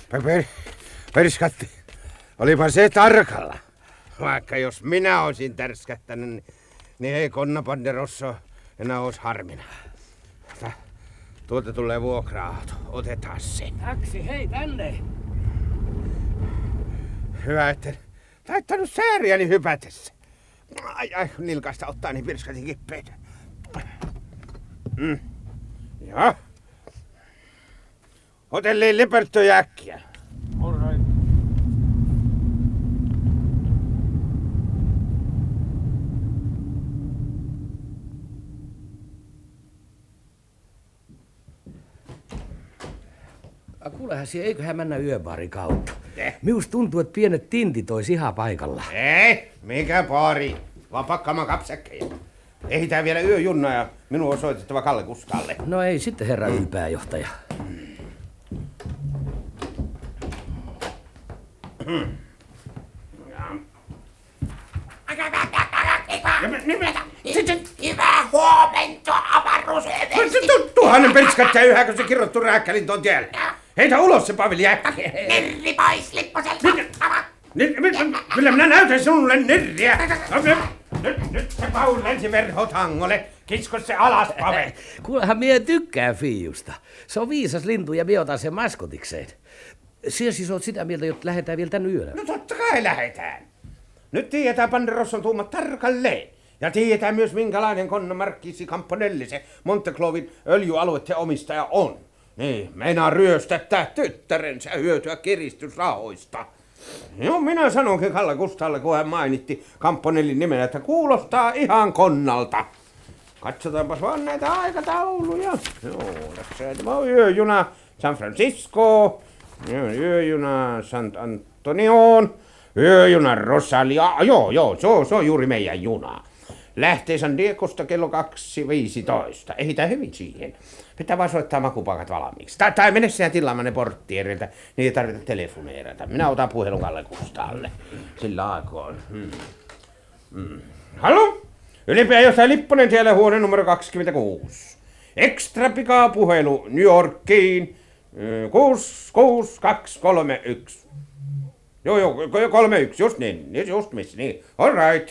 Perskatti, olipa se tarkalla. Vaikka jos minä olisin tärskättänyt, niin ei Konna Panderosso enää olisi harmina. Tuolta tulee vuokra-auto. Otetaan se. Taksi, hei tänne. Hyvä, etten taittanut sääriäni hypätessä. Ai, nilkasta ottaa niin Pirskatin kippeitä. Joo. Hotelliin Liberty äkkiä. All right. Kuulehan siellä, eiköhän mennä yöbaarin kautta. Minusta tuntuu, että pienet tintit olisi ihan paikalla. Ei, mikä baari. Vaan pakkaamaan kapsäkkejä. Ehitään vielä yöjunna ja minun on soitettava Kalle Kustalle. No ei sitten, herra ylipääjohtaja. Hyvää huomenta, avaruusyöveesti. Tuhannen Pirskatti ja yhä, kun se kirjoittu rääkkälin tuon tielle. Heitä ulos se Paveli äkkiä. Nirri pois Lipposelta. Kyllä minä näytän sinulle nirriä. Nyt se Paul länsiverho tangolle. Kisko se alas, Pave. Kuulehan mie tykkää Fiijusta. Se on viisas lintu ja mie otan sen maskotikseen. Sinä siis oot sitä mieltä, että lähdetään vielä tänne yöllä? No totta kai lähdetään. Nyt tiedetään Panderosson tuumat tarkalleen. Ja tiedetään myös minkälainen Konna Markkisi Camponelli se Monteclovin öljyalueiden omistaja on. Niin, meinaa ryöstättää tyttärensä hyötyä kiristysrahoista. Joo, minä sanonkin Kalle Kustalle, kun hän mainitti Camponellin nimen, että kuulostaa ihan Konnalta. Katsotaanpas vaan näitä aikatauluja. Joo, tässä on yöjuna San Francisco, yöjuna San Antonioon, yöjuna Rosalia. Joo, se on juuri meidän juna. Lähtee San Diegosta kello 2.15. Ehitään hyvin siihen. Pitää vaan soittaa makupakat valmiiksi. Tai mene sinä tilaamaan ne porttieriltä, niin ei tarvitse telefoneerata. Minä otan puhelun Kalle Kustalle. Sillä aikoin. Hallo? Ylipääjohtaja Lipponen siellä huone numero 26. Ekstra pikaa puhelu New Yorkiin. 66231. Joo, 31, just niin, just missä, niin. All right.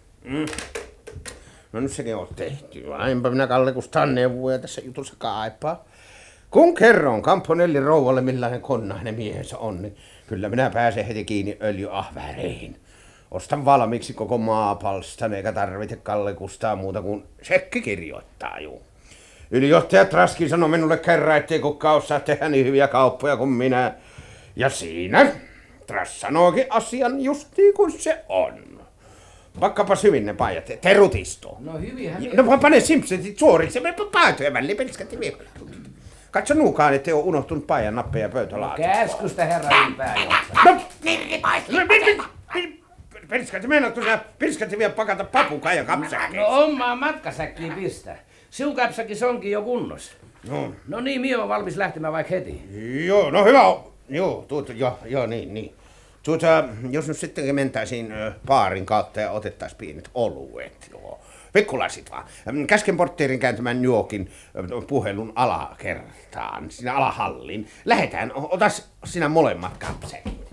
No nyt sekin on tehty. Ainpa minä Kalle Kustaan neuvoja tässä jutussa kaipaa. Kun kerron Camponellin rouvalle millainen Konna hänen miehensä on, niin kyllä minä pääsen heti kiinni öljyahväreihin. Ostan valmiiksi koko maapalstan, eikä tarvitse Kalle Kustaa muuta kuin sekki kirjoittaa, juu. Ylijohtaja Traski sanoi minulle kerran, ettei kukaan osaa tehdä niin hyviä kauppoja kuin minä. Ja siinä Tras sanookin asian just niin kuin se on. Vaikkapas hyvin ne pajat, terutisto. No hyvinhän. No pane Simpsonit suoriksi, me päätyä väliin, Pirskatti vielä. Katso nuukaan, ettei ole unohtunut pajan nappeja pöytälaatikkoon. Käskystä herra ylipääjohtaja. No, Nirri pois Lipposelta. Pirskatti, meinaatko sinä Pirskatti vielä pakata papukaija kapsäkkiin? No omaa matkasäkkiin pistä. Sinun kapsäkis onkin jo kunnossa. No niin, mie on valmis lähtemään vaikka heti. Joo, no hyvä. Joo, niin. Jos nyt sittenkin mentäisiin baarin kautta ja otettaisiin pienet oluet, joo. Pikkulasit vaan. Käsken portteerin kääntämään New Yorkin puhelun alakertaan, sinne alahalliin. Lähetään, otas sinä molemmat kapsäkit.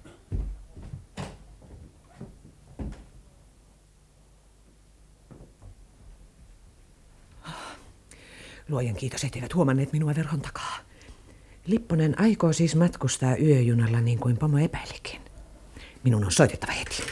Luojan kiitos, etteivät huomanneet minua verhon takaa. Lipponen aikoo siis matkustaa yöjunalla niin kuin pomo epäilikin. Minun on soitettava heti.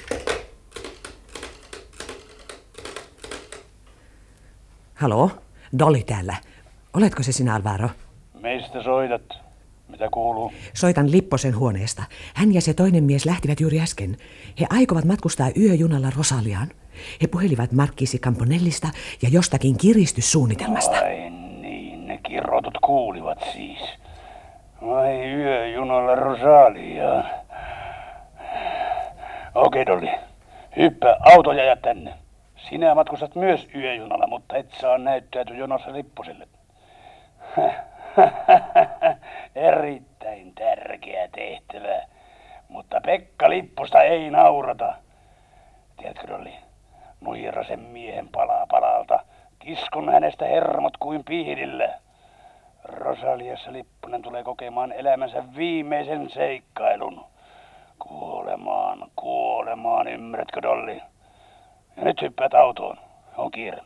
Halo, Dolly täällä. Oletko se sinä, Alvaro? Mistä soitat? Mitä kuuluu? Soitan Lipposen huoneesta. Hän ja se toinen mies lähtivät juuri äsken. He aikovat matkustaa yöjunalla Rosaliaan. He puhelivat Markkisi Camponellista ja jostakin kiristyssuunnitelmasta. Ai niin, ne kirotut kuulivat siis. Ai yöjunalla Rosaliaan. Okei, Dolly. Hyppää auto ja jää tänne. Sinä matkustat myös yöjunalla, mutta et saa näyttäytyä jonossa Lipposelle. Erittäin tärkeä tehtävä, mutta Pekka Lipposta ei naurata. Tiedätkö, Dolly, Nuirasen miehen palaa palalta. Kiskon hänestä hermot kuin pihdillä. Rosaliassa Lipponen Lepponen tulee kokemaan elämänsä viimeisen seikkailun. Kuolemaan, ymmärrätkö Dolly? Ja nyt hyppäät autoon. On kiire.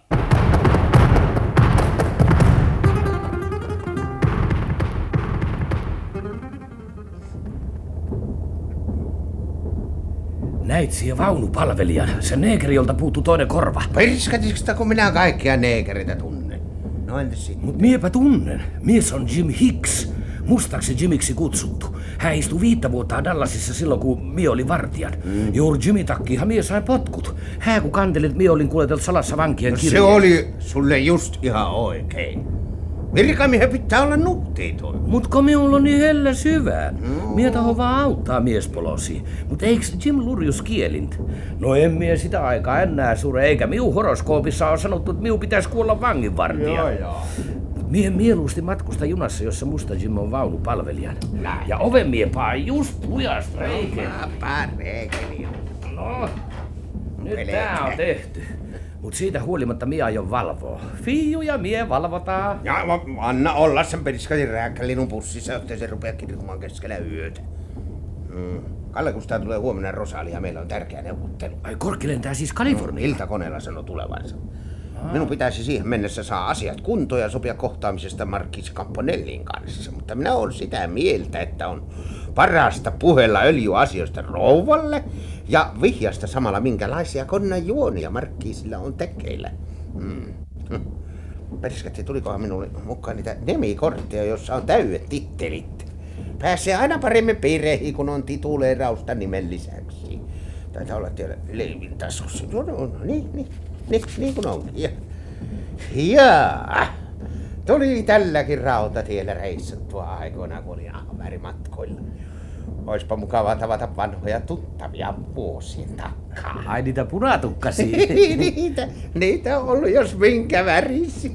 Näit siellä vaunupalvelijan, se neekeri, jolta puuttuu toinen korva. Perskatiskista, kun minä kaikkia neekereitä tunnen. No entäs sitten? Mut miepä tunnen. Mies on Jim Hicks. Mustaksi Jimiksi kutsuttu. Hän istui 5 vuotta Dallasissa silloin, kun mie oli vartijan. Juuri Jimmy takkiinhan mie sai potkut. Hän kun kanteli, että mie olin kuljetellut salassa vankien kirjeen. Se oli sulle just ihan oikein. Virkamiehen pitää olla nuhteeton. Mut kun minulla on niin hellä syvään. Mie taho vaan auttaa miespolosi. Mut eiks Jim Lurjus kielint? No en mie sitä aikaa enää sure, eikä miu horoskoopissa on sanottu, että miu pitäisi kuolla vanginvartija. Joo. Mie mieluusti matkusta junassa, jossa musta Jim on vaunupalvelijan. Ja oven mie paa just lujasta reikeen. No, nyt tää on tehty. Mut siitä huolimatta mie aion valvoo. Fiiju ja mie valvotaan. Ja anna olla sen periskatin rääkkälinun pussissa, jotta se rupea kirkumaan keskellä yötä. Kalle, kun tää tulee huomenna Rosalia, meillä on tärkeä neuvottelu. Ai Korkki lentää siis Kaliforniaan? Iltakoneella sanoo tulevansa. Minun pitäisi siihen mennessä saa asiat kuntoon ja sopia kohtaamisesta Marquis Campanellin kanssa, mutta minä olen sitä mieltä, että on parasta puhella öljyasioista rouvalle ja vihjasta samalla minkälaisia konnanjuonia Marquisilla on tekeillä. Periskatti, tulikohan minulle mukaan niitä nimikortteja, joissa on täydet tittelit. Pääsee aina paremmin piireihin, kun on tituleerausta nimen lisäksi. Taitaa olla tiedä leivin tasossa. No, niin kuin onkin. Jaa. Tuli tälläkin rautatiellä reissattua aikoina, kun oli ahvärimatkoilla. Oispa mukavaa tavata vanhoja tuttavia vuosien takaa. Ai niitä punatukkasia. niitä on ollut jos minkä värisiä.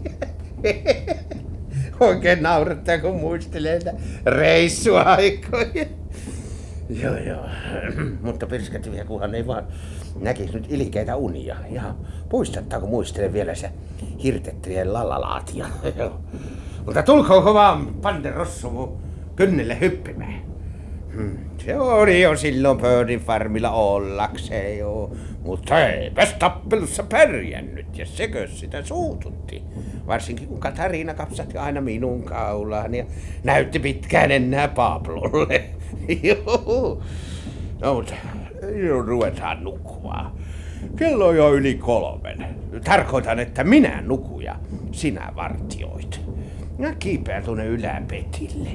Oikein naurattaa, kun muistelee näitä reissuaikoja. Joo. Mutta pirskatti vielä, kunhan ei vaan näkisi nyt ilkeitä unia. Ja muistattaako muistele vielä se hirtettyjen lalalaatia. Mutta tulkoonko vaan Panderosso mun kynnelle hyppimään. Se oli jo silloin Birdin farmilla ollakseen joo. Mutta eipäs tappelussa pärjännyt ja sekö sitä suututti. Varsinkin kun Katariina kapsahti aina minun kaulaan ja näytti pitkään enää Pablolle. Joo. No mutta ruvetaan nukkumaan. Kello on jo yli 3. Tarkoitan, että minä nukun ja sinä vartioit. Ja kiipeä tuonne yläpetille.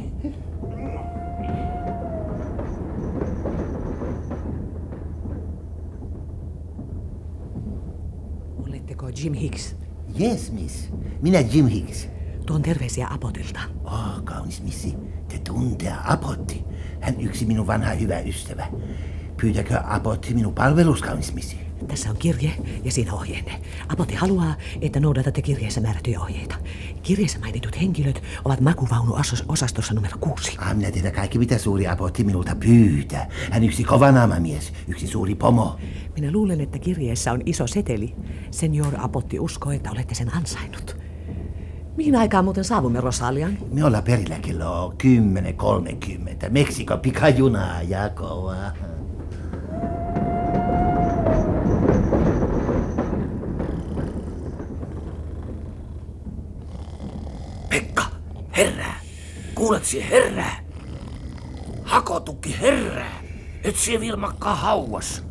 Oletteko Jim Hicks? Yes, miss. Minä Jim Hicks. Tuon terveisiä Apotilta. Kaunis missi. Te tuntee Apotti. Hän yksi minun vanha hyvä ystävä. Pyytäkö Apotti minun palvelus, kaunis missi? Tässä on kirje ja siinä ohjeenne. Apotti haluaa, että noudatatte kirjeessä määrättyjä ohjeita. Kirjeessä mainitut henkilöt ovat makuvaunu-osastossa numero 6. Minä tiedän kaikki, mitä suuri Apotti minulta pyytää. Hän yksi kovanaamamies, yksi suuri pomo. Minä luulen, että kirjeessä on iso seteli. Senior Apotti uskoo, että olette sen ansainnut. Mihin aikaan muuten saavumme Rosaliaan? Me ollaan perillä kello 10.30. Meksikon pikajunaa jakoa. Pekka, herää! Kuulet sie herää! Hakotukki herää! Et sie vilmakkaa hauas!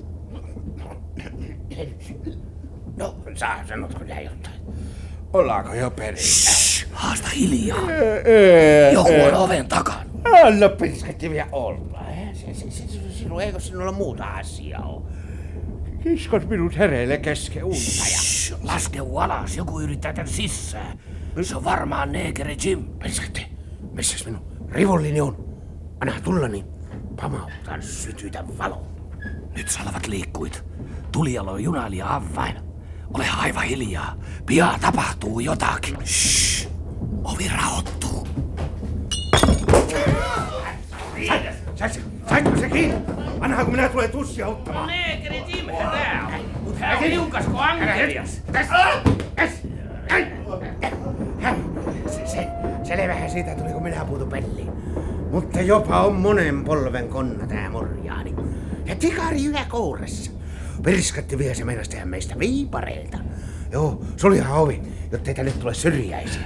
No, sanotko nää jotain? Ollaanko jo perillä? Shhh, haasta hiljaa! Joku on oven takana. Anna pirskatti vielä olla. Eikö sinulla muuta asiaa ole? Kiskot minut hereille kesken unta ja... Shhh, laskeu alas, joku yrittää tän sisään. Se on varmaan neekeri Jim. Pirskatti, missäs minun rivollini on? Anna tulla niin pamautan sytytä valon. Nyt salavat liikkuit. Tulijalla on junailija avain. Ole aivan hiljaa. Pian tapahtuu jotakin. Shhh. Ovi raottuu. Saitko se kiinni? Annahan kun minä tulen tussia ottamaan. Neekeri Jim herää. Mut hän on liukasko ankerias. Selvähän siitä tuli, kun minä puutun pelliin. Mutta jopa on monen polven konna tää morjaani. Ja tikari hyvä kourassa. Pirskatti vielä se meinas tehdä meistä viipareilta. Joo, suljahan ovi, jottei tänne tule syrjäisiä.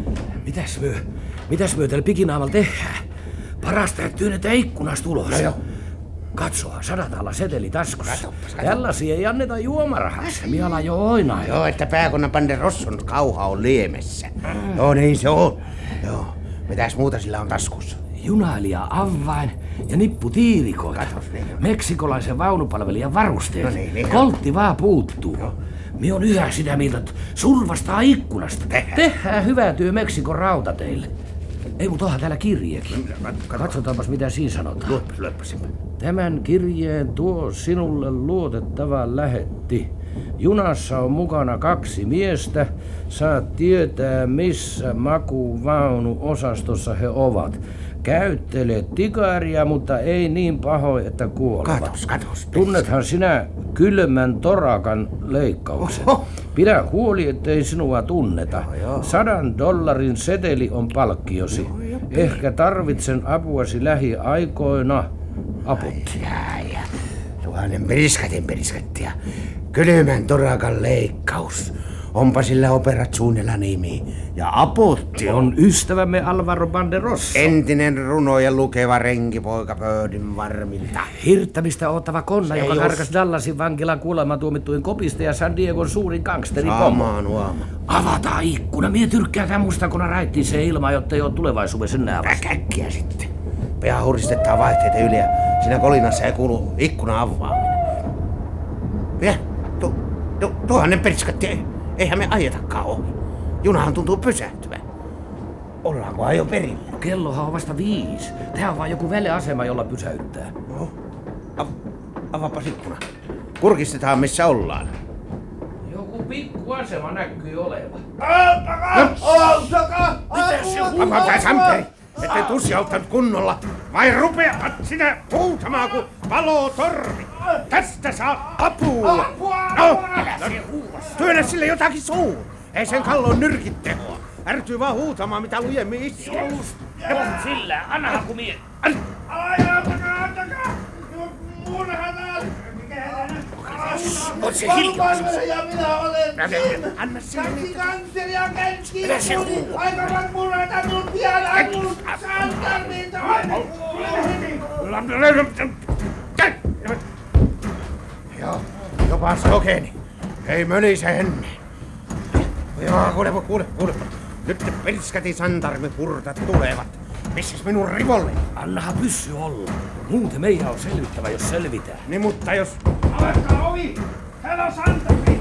Mitäs myö tällä pikinaamalla tehdään? Parasta, että työnnetään ikkunasta ulos. No joo. Katsoa, 100 seteli taskussa. Katoppas. Tällaisia ei anneta juomarahaksi. Miala jo oina. Joo, että pääkunnan pande Rosson kauha on liemessä. Joo, niin se on. Joo. Mitäs muuta sillä on taskussa? Junailija avain ja nippu tiirikoita. Katos, niin on. Meksikolaisen vaunupalvelijan varusteet. No niin. Koltti vaan puuttuu. Mie on yhä sitä mieltä, että survastaa ikkunasta. Tehdään hyvä työ Meksikon rautateille. Ei, mutta onhan täällä kirjekin. Katsotaanpas, mitä siinä sanotaan. Luepas. Tämän kirjeen tuo sinulle luotettava lähetti. Junassa on mukana 2 miestä. Saat tietää, missä makuvaunu-osastossa he ovat. Käyttele tikaria, mutta ei niin pahoin, että kuolevat. Katos. Tunnethan sinä kylmän torakan leikkauksen. Pidä huoli, ettei sinua tunneta. $100 seteli on palkkiosi. Ehkä tarvitsen apuasi lähiaikoina. Apotti. Ja. Tuhannen periskattia. Kylmän torakan leikkaus. Onpa sillä operatsuunella nimi. Ja apotti On ystävämme Alvaro Banderos. entinen runo ja lukeva renkipoika pöydin varmilta. Hirttämistä ottava konna, joka just. karkas Dallasin vankilan kuolemantuomittujen kopista ja San Diegon suurin gangsteri pomo. Samaan huomaa. Avataan ikkuna. Mie tyrkkääkään musta, kun raittiin se ilma, jotta ei ole tulevaisuudessa enää vasta. Äkkiä sitten. Pian huristetaan vaihteita yli ja siinä kolinassa ei kuulu ikkuna avaaminen. Vielä, tuhannen periskatti. Eihän me ajetakaan ohi. Junahan tuntuu pysähtyvän. Ollaanko ajo perillä? Kellohan on vasta 5. Tää on vaan joku väleasema, jolla pysäyttää. No, avaapas ikkuna. Kurkistetaan, missä ollaan. Joku pikku asema näkyy olevan. Avaa Samperi, ettei tussi auttanut kunnolla. Vai rupeapat sinä huutamaan kuin palotorvi. Tästä saa apua. No, työnnä sille jotakin suun. Ei sen kallon nyrkit tehoa. Ärtyy vaan huutamaan, mitä lujemmin iskee. Sillä, anna kun mie. Antakaa! Munhan Oot se hiljaa. ja minä olen Anna sille kaksi kanteria kenkiin. Älä se huuda. Aikavat munata minun pian akun. Santarmin toinen. Joo, jopa sokeni. Ei mölise ennen. Joo, kuule. Nyt ne perskatin santarmin hurtat tulevat. Missäs minun rivolleni? Annahan pyssy olla. Muuten meidän on selvittävä, jos selvitään. Niin mutta jos... Avakaa ovi. Täällä on Santarmi.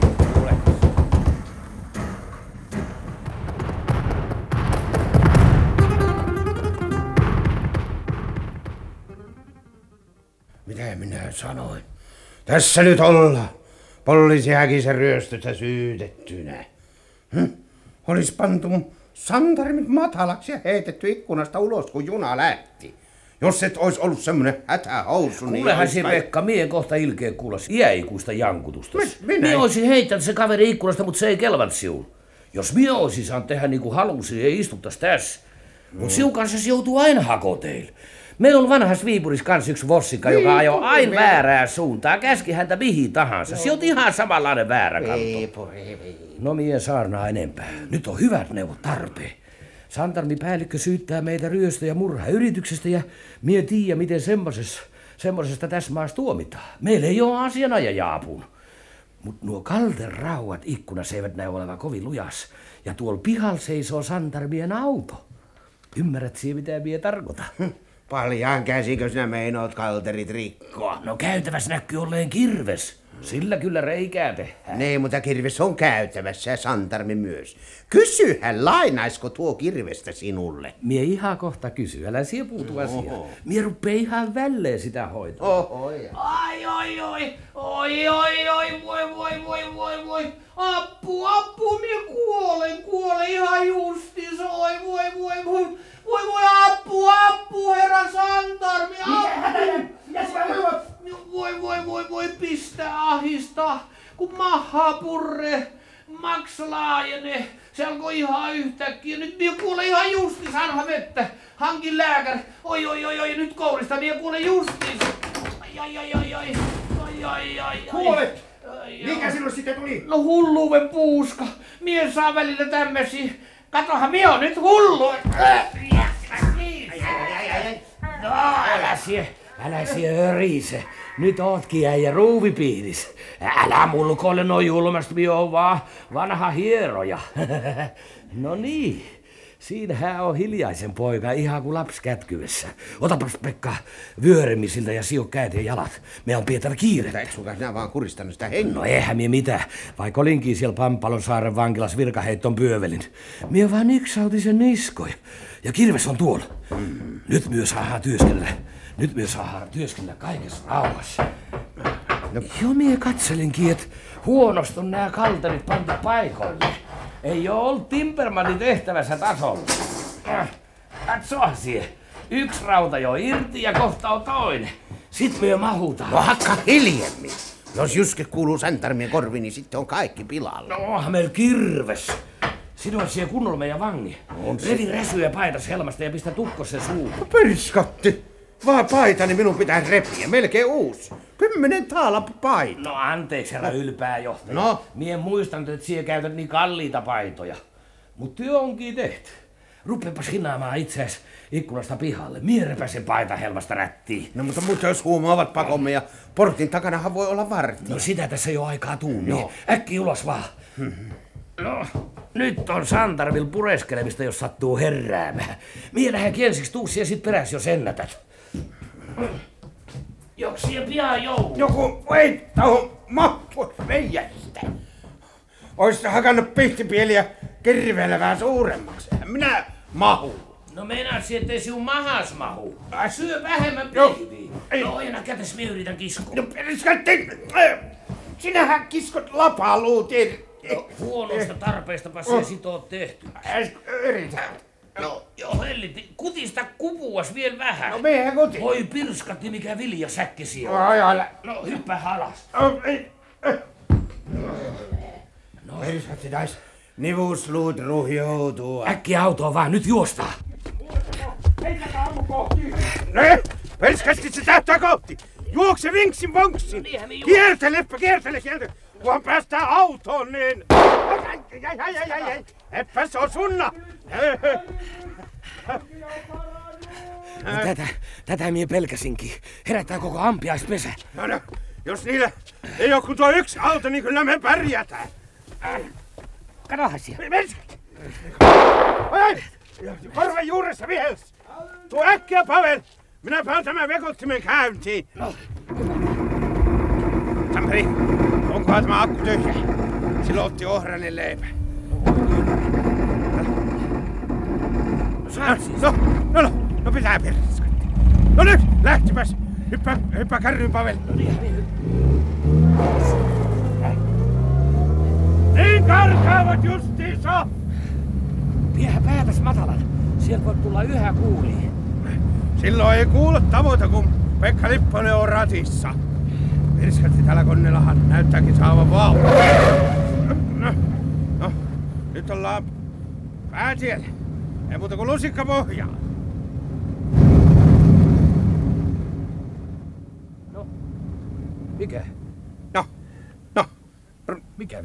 Mitä minä sanoin? Tässä nyt ollaan. Poliisihäkisen ryöstöstä syytettynä. Olis pantu santarmit matalaksi ja heitetty ikkunasta ulos, kun juna lähti. Jos et ois ollut semmonen hätähousu, niin... Kuulehan ois se kai- Pekka, mie kohta ilkeä kuulas iäikuista jankutusta. Minä Mie en- oisin heittänyt se kaveri ikkunasta, mutta se ei kelvannut siulle. Jos mie oisin saanut tehdä niin kuin halusin, ei istuttais tässä. Mut siun kanssa se joutuu aina hakoteille. Meillä on vanhas Viipuris kans yksi vossikka, joka ajoi aina väärää suuntaan. Käski häntä mihin tahansa. Se on ihan samanlainen väärä kanto. No mie saarnaa enempää. Nyt on hyvät neuvot tarpeen. Santarmin päällikkö syyttää meitä ryöstö- ja murhayrityksestä ja mie tiiä, miten semmosesta tässä maassa tuomitaan. Meillä ei ole asianajaja apuna. Mut nuo kalterauhat ikkunassa eivät näy olevan kovin lujas. Ja tuolla pihalla seisoo Santarmien auto. Ymmärrät siihen, mitä mie tarkoitan? Paljaan käsikö sinä meinoot kalterit rikkoa? No käytävässä näkyy olleen kirves. Sillä kyllä reikää tehdään. Niin, mutta kirves on käytävässä ja santarmi myös. Kysyhän, lainaisko tuo kirvestä sinulle? Mie ihan kohta kysy, älä siihen puutu asiaan. Mie ruppee ihan välleen sitä hoitaa. Oho, ja. Ai, voi. Appu, minä kuolen ihan justiin. Voi, appu, herra Santarmi, appu. Voi, pistä ahista, kun maha purre. Max laajene. Se alkoi ihan yhtäkkiä. Nyt minä kuulen ihan justi sanha vettä. Hankin lääkäri. Oi, nyt kourista minä kuulen justiin. Ai. Kuolet! Mikä sinulle sitten tuli? No hulluuden puuska. Mie saa välillä tämmösiä. Katohan, mie on nyt hullu. No, älä sie hörise. Nyt ootkin äijä ruuvipiiris. Älä mulkoile no julmasti, mie on vaan vanha hieroja. No niin, siinähän on hiljaisen poika ihan kuin lapsi kätkyessä. Otapas Pekka vyörimisiltä ja sijo kädet ja jalat. Me on Pietari kiire. Eikö sukaan sinä vaan kuristanut sitä hennoa? No eihän mie mitään, vaikka olinkin siellä Pampalon saaren vankilas virkaheitton pyövelin. Mie vaan niksautin sen niskoja. Ja kirves on tuolla. Nyt myö saadaan työskennellä kaikessa rauhassa. No. Jo mie katselinkin, että huonosti on nää kalterit pantu paikoille. Ei oo ollut Timpermanin tehtävässä tasolla. Katsoa sie. Yksi rauta jo irti ja kohta on toinen. Sit myö mahutaan. No hakka hiljemmin. Jos Jyske kuuluu Säntarmien korviin, niin sitten on kaikki pilalla. No onhan meillä kirves. Sidoin siihen kunnolla meidän vangi. Revi resyjä paitas helmasta ja pistä tukkosen suuhun. No perskatti. Vaan paitani minun pitää repiä. Melkein uusi. 10 taala paita. No anteeksi, herra ylpää johtaja. No? Mie en muistanut, että siellä käytät niin kalliita paitoja. Mut työ onkin tehty. Rupeepas hinaamaan itseäsi ikkunasta pihalle. Mie repäsen paita helmasta rättiin. No mutta jos huomaavat pakomme ja portin takanahan voi olla vartija. No sitä tässä jo aikaa tuumi. No. Äkki ulos vaan. No, nyt on Santarvil pureskelemista, jos sattuu herräämään. Mie lähdenkin ensiksi tuussi ja sit peräs, jos ennätät. Joksia pian joulu. Joku veittau mahpu veijästä. Ois hakannut pihtipieliä kirveellä vähän suuremmaksi. Minä mahu. No meinaatsi, ettei sinun mahas mahu. Syö vähemmän Joo. pihviä. Ei. No ojena kätes, minä yritän kiskoa. No perskatti. Sinähän kiskot lapaluut irti. No, huonosta tarpeestapa se sit oot tehty. Yritä. No, jo hellitti. Kutista kupuas vielä vähän. No miehän kuti. Voi pirskatti, mikä viljasäkki siellä on. Ai älä. No hyppää alas. No perskatti täis. Nivusluut ruhjoutuu. Äkkiä autoa vaan, nyt juostaa. Ne, perskatti se tähtää kohti. Juokse vinksin vonksin. niinhän me Kiertele. Kunhan päästään autoon, niin... Ai. Eppä se on sunna. No, tätä mie pelkäsinkin. Herättää koko ampiaispesä. No, jos niillä ei oo kun tuo yksi auto, niin kyllä me pärjätään. Katohan siellä. Ai! Korvan juuressa vihels! Tuu äkkiä, Pavel! Minä panen tämän vekottimen käyntiin. No. Tamperi, onkohan tämä akku tyhjä? Silloin otti ohrainen leipä. No pitää perskatti. No nyt, lähtipäs! Hyppää kärryyn, Pavel. Niin karkaavat justiinsa! Piehän päätäs matalan. Sieltä voi tulla yhä kuuliin. Silloin ei kuulu tavoita, kun Pekka Lipponen on ratissa. Perskatti täällä koneellahan näyttääkin saavan vauva. No, nyt ollaan päätiellä. Ei muuta kuin lusikka pohjaan. No, mikä? No. Mikä?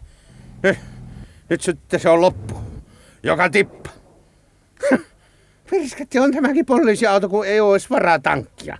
Nyt sitten se on loppu. Joka tippa. Perskatti on tämäkin poliisiauto, kun ei ois varaa tankkia.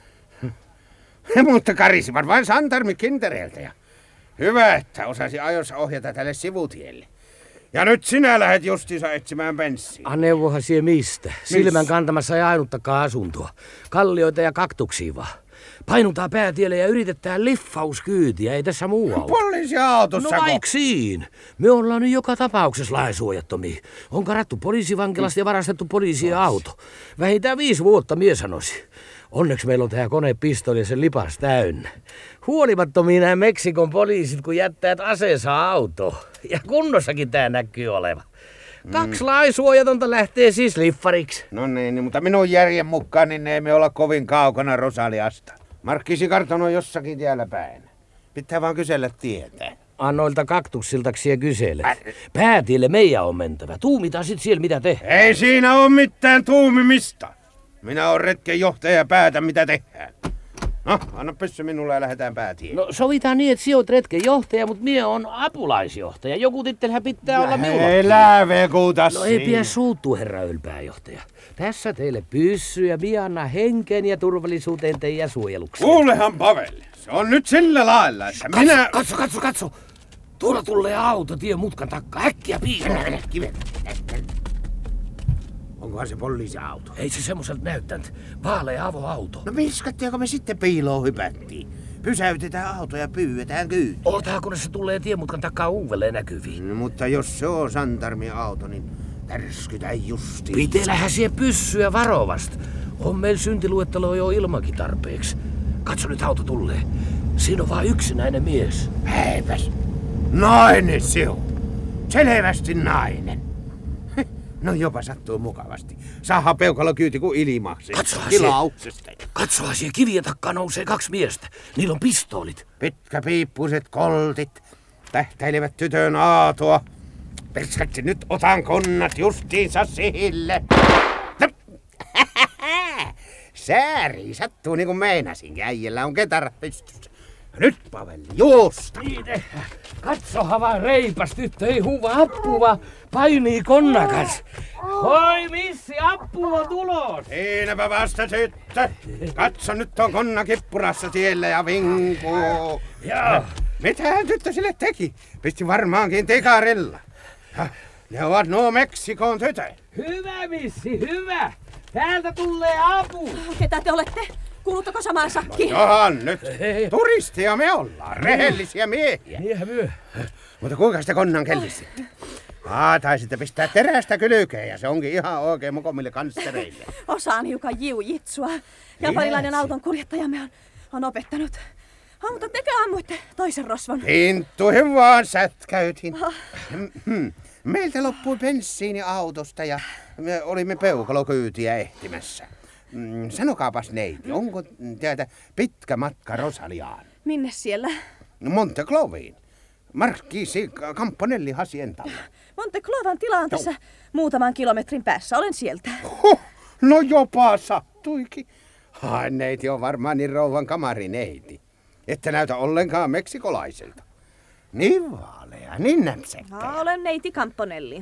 Mutta karisivat vain Santarmi kintereeltä ja hyvä, että osasi ajoissa ohjata tälle sivutielle. Ja nyt sinä lähdet justiinsa etsimään benssiä. Neuvohan sie mistä? Silmän kantamassa ei ainuttakaan asuntoa. Kallioita ja kaktuksia vaan. Painutaan päätielle ja yritetään liffauskyytiä, ei tässä muu auta. Poliisiautossa. No vaiksiin. Me ollaan nyt joka tapauksessa lainsuojattomia. On karattu poliisivankilasta ja varastettu poliisien auto. Vähintään 5 vuotta, mie sanoisin. Onneksi meillä on tää konepistoli ja sen lipas täynnä. Huolimattomia nämä Meksikon poliisit, kun jättävät aseensa autoon. Ja kunnossakin tää näkyy oleva. 2 lainsuojatonta lähtee siis liffariksi. No niin, mutta minun järjen mukaan niin ei me olla kovin kaukana Rosaliasta. Markkisikarton on jossakin tiellä päin. Pitää vaan kysellä tietää. Annoilta kaktussiltaksi ja kysele. Päätielle meidän on mentävä. Tuumitaan sit siellä mitä tehdään. Ei siinä ole mitään tuumimista. Minä olen retkenjohtaja ja päätän mitä tehdään. No, anna pyssy minulle ja lähdetään päätiin. No sovitaan niin, että sinä oot retken johtaja, mutta minä on apulaisjohtaja. Joku tittelhän pitää olla minulla. Älä vekuta No ei pidä suuttua, herra ylpääjohtaja. Tässä teille pyssy ja vianna henkeen ja turvallisuuteen teidän suojelukseen. Kuulehan Pavel, se on nyt sillä lailla, että minä... Katso! Tuolla tulee auto tien mutkan takka. Äkkiä piiloon. Onkohan se poliisiauto? Ei se semmoiselta näyttänyt. Vaalea avoauto. No viskattiinko me sitten piiloon hypättiin? Pysäytetään auto ja pyydetään kyyti. Ootahan kunnes se tulee tienmutkan takaa uudelleen näkyviin. No, mutta jos se on santarmin auto, niin tärskytä justiin. Pitelähän siihen pyssyä varovasti. On meillä syntiluettelo jo ilmankin tarpeeksi. Katso nyt auto tulee. Siinä on vaan yksinäinen mies. Heipäs. Nainen se on. Selvästi nainen. No jopa sattuu mukavasti. Saadaan peukalo kyyti kuin ilmaksi. Tilauksesta. Katsoa siellä kivien takkaa nousee 2 miestä. Niillä on pistoolit. Pitkäpiippuiset koltit tähtäilevät tytön aatoa. Perskatti, nyt otan konnat justiinsa sille. Sääri sattuu niin kuin meinasin. Äijällä on ketarat pystyssä. Nyt Pavel, juosta! Niin tehdään. Katsohan vaan reipas, tyttö ei huuva appua. Painii konnakas. Hoi missi, appu on tulos. Siinäpä vasta tyttö. Katso, nyt on konna kippurassa tiellä ja vinkuu. Joo. Mitähän tyttö sille teki? Pisti varmaankin tekarilla. Ne ovat nuo Meksikon tytöt. Hyvä missi, hyvä. Täältä tulee apu. Ketä te olette? Kuulutteko samaan sakkiin? Johan nyt. Turistia me ollaan. Rehellisiä miehiä. Miehän myö. Mutta kuinka sitä konnan kellisitte? Taisitte pistää terästä kylkeen ja se onkin ihan oikein mokomille kanstereille. Osaan hiukan jiu-jitsua. Japanilainen auton kuljettajamme on opettanut. Mutta tekö ammuitte toisen rosvon? Hinttuihin vaan sätkäytin. Meiltä loppui bensiini autosta ja me olimme peukalokyytiä ehtimässä. Sanokaapas neiti, onko täältä pitkä matka Rosaliaan? Minne siellä? Montecloviin. Markkiisi Campanelli Haciendalle. Monteclovan tila on tässä muutaman kilometrin päässä. Olen sieltä. No jopa sattuikin. Neiti on varmaan niin rouvan kamarineiti. Ette näytä ollenkaan meksikolaiselta. Niin vaalea, niin näpsäkkä. Olen neiti Campanelli.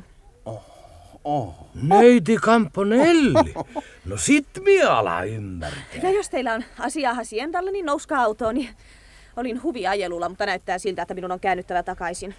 Neiti Campanelli. No sit minä ala ymmärtää. Ja jos teillä on asiaa Haciendalle, niin nouskaa autoon. Olin huviajelulla, mutta näyttää siltä, että minun on käännyttävä takaisin.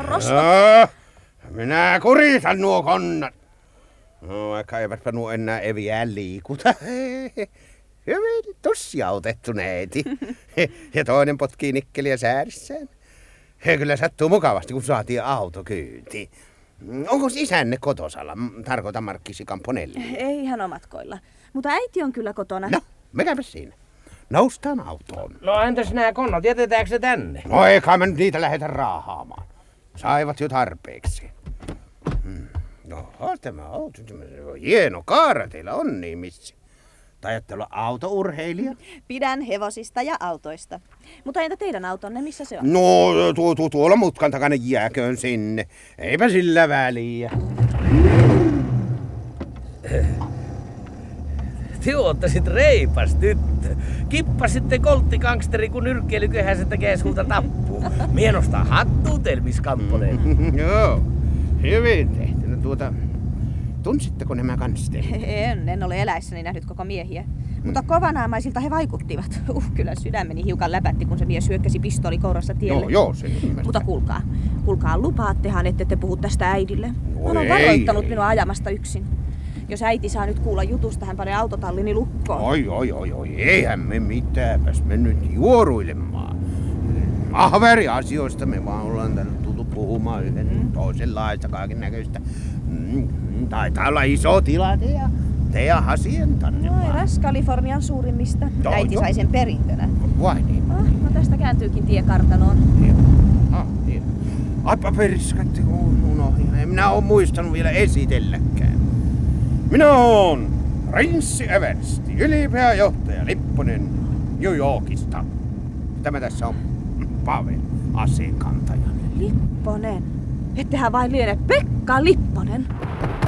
Minä kuritan nuo konnat. No, vaikka eivätpä nuo enää eviään liikuta. Hyvin tussiautettu neiti. Ja toinen potkii nikkeliä säärissään. He kyllä sattuu mukavasti, kun saatiin autokyyti. Onko isänne kotosalla? Tarkoitan Markkisi Campanelli. Ei hän ole matkoilla. Mutta äiti on kyllä kotona. No, mikäpä siinä? Noustaan autoon. No entäs nää konnat, jätetäänkö se tänne? No eikä me nyt niitä lähdetä raahaamaan. Saivat jo tarpeeksi. No, tämä auto, hieno kaara teillä on niin missi. Taidatte olla autourheilija? Pidän hevosista ja autoista. Mutta entä teidän autonne, missä se on? No, tuolla mutkan takana jääköön sinne. Eipä sillä väliä. Te oottasit reipas tyttö. Kippasitte kolttikangsteri, kun nyrkkeilyköhän se tekee sulta tappuu. Mie nostaa hattua teille, Miss Campanelli. Joo, hyvin tehty. No, tunsitteko nämä kansterit? En ole eläissäni nähnyt koko miehiä. Mutta kovanaamaisilta he vaikuttivat. Kyllä sydämeni hiukan läpätti, kun se mies hyökkäsi pistooli kourassa tielle. Joo, se ymmärtää. Mutta kuulkaa, lupaattehan, ette te puhu tästä äidille. Hän on varoittanut minua ajamasta yksin. Jos äiti saa nyt kuulla jutusta, hän panee autotallini lukkoon. Oi, eihän me mitäänpäs me nyt juoruilemaan. Ahveri-asioista me vaan ollaan tänne tultu puhumaan yhden toisenlaista kaiken näköistä. Taitaa olla iso tila teidän Haciendanne. No, eräs Kalifornian suurimmista. Äiti sai sen perintönä. Vai niin? No tästä kääntyykin tie kartanoon. Niin. Aipa perskatti, unohdin. En minä ole muistanut vielä esitelläkään. Minä oon Prinssi Eversti, ylipää johtaja Lipponen New Yorkista. Tämä tässä on Pavel, aseenkantajani. Lipponen. Ettehän vain liene Pekka Lipponen.